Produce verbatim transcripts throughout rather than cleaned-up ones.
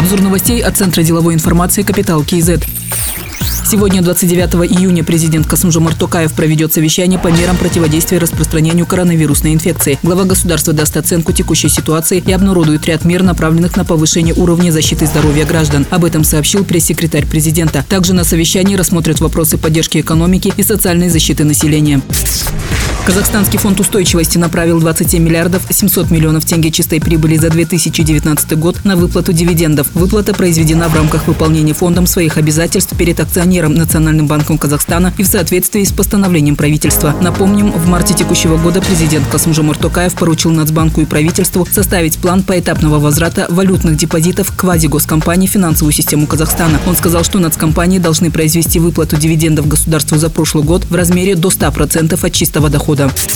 Обзор новостей от Центра деловой информации «Капитал КИЗ». Сегодня, двадцать девятого июня, президент Касым-Жомарт Токаев проведет совещание по мерам противодействия распространению коронавирусной инфекции. Глава государства даст оценку текущей ситуации и обнародует ряд мер, направленных на повышение уровня защиты здоровья граждан. Об этом сообщил пресс-секретарь президента. Также на совещании рассмотрят вопросы поддержки экономики и социальной защиты населения. Казахстанский фонд устойчивости направил двадцать семь миллиардов семьсот миллионов тенге чистой прибыли за две тысячи девятнадцатый год на выплату дивидендов. Выплата произведена в рамках выполнения фондом своих обязательств перед акционером Национальным банком Казахстана и в соответствии с постановлением правительства. Напомним, в марте текущего года президент Касым-Жомарт Токаев поручил Нацбанку и правительству составить план поэтапного возврата валютных депозитов квазигоскомпании в финансовую систему Казахстана. Он сказал, что нацкомпании должны произвести выплату дивидендов государству за прошлый год в размере до ста процентов от чистого дохода.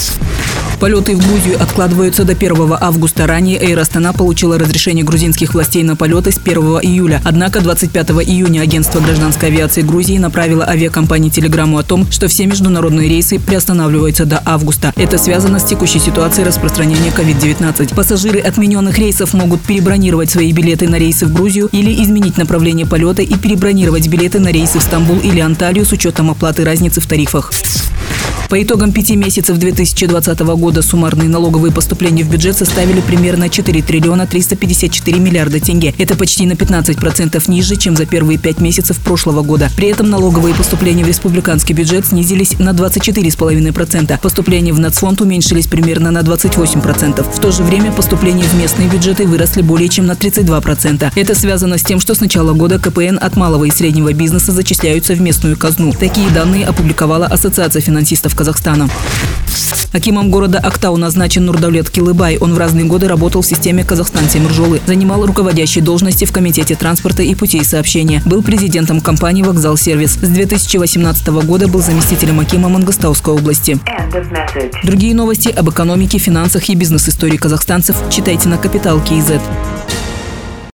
Полеты в Грузию откладываются до первого августа. Ранее Эйр Астана получила разрешение грузинских властей на полеты с первого июля. Однако двадцать пятого июня агентство гражданской авиации Грузии направило авиакомпании телеграмму о том, что все международные рейсы приостанавливаются до августа. Это связано с текущей ситуацией распространения ковид девятнадцать. Пассажиры отмененных рейсов могут перебронировать свои билеты на рейсы в Грузию или изменить направление полета и перебронировать билеты на рейсы в Стамбул или Анталию с учетом оплаты разницы в тарифах. По итогам пяти месяцев две тысячи двадцатого года суммарные налоговые поступления в бюджет составили примерно четыре триллиона триста пятьдесят четыре миллиарда тенге. Это почти на пятнадцать процентов ниже, чем за первые пять месяцев прошлого года. При этом налоговые поступления в республиканский бюджет снизились на двадцать четыре целых пять десятых процента. Поступления в Нацфонд уменьшились примерно на двадцать восемь процентов. В то же время поступления в местные бюджеты выросли более чем на тридцать два процента. Это связано с тем, что с начала года ка пэ эн от малого и среднего бизнеса зачисляются в местную казну. Такие данные опубликовала Ассоциация финансистов Казахстана. Акимом города Актау назначен Нурдаулет Килыбай. Он в разные годы работал в системе Казахстан-Темиржолы. Занимал руководящие должности в Комитете транспорта и путей сообщения. Был президентом компании «Вокзал-сервис». С две тысячи восемнадцатого года был заместителем акима Мангостауской области. Другие новости об экономике, финансах и бизнес-истории казахстанцев читайте на Капитал КИЗ.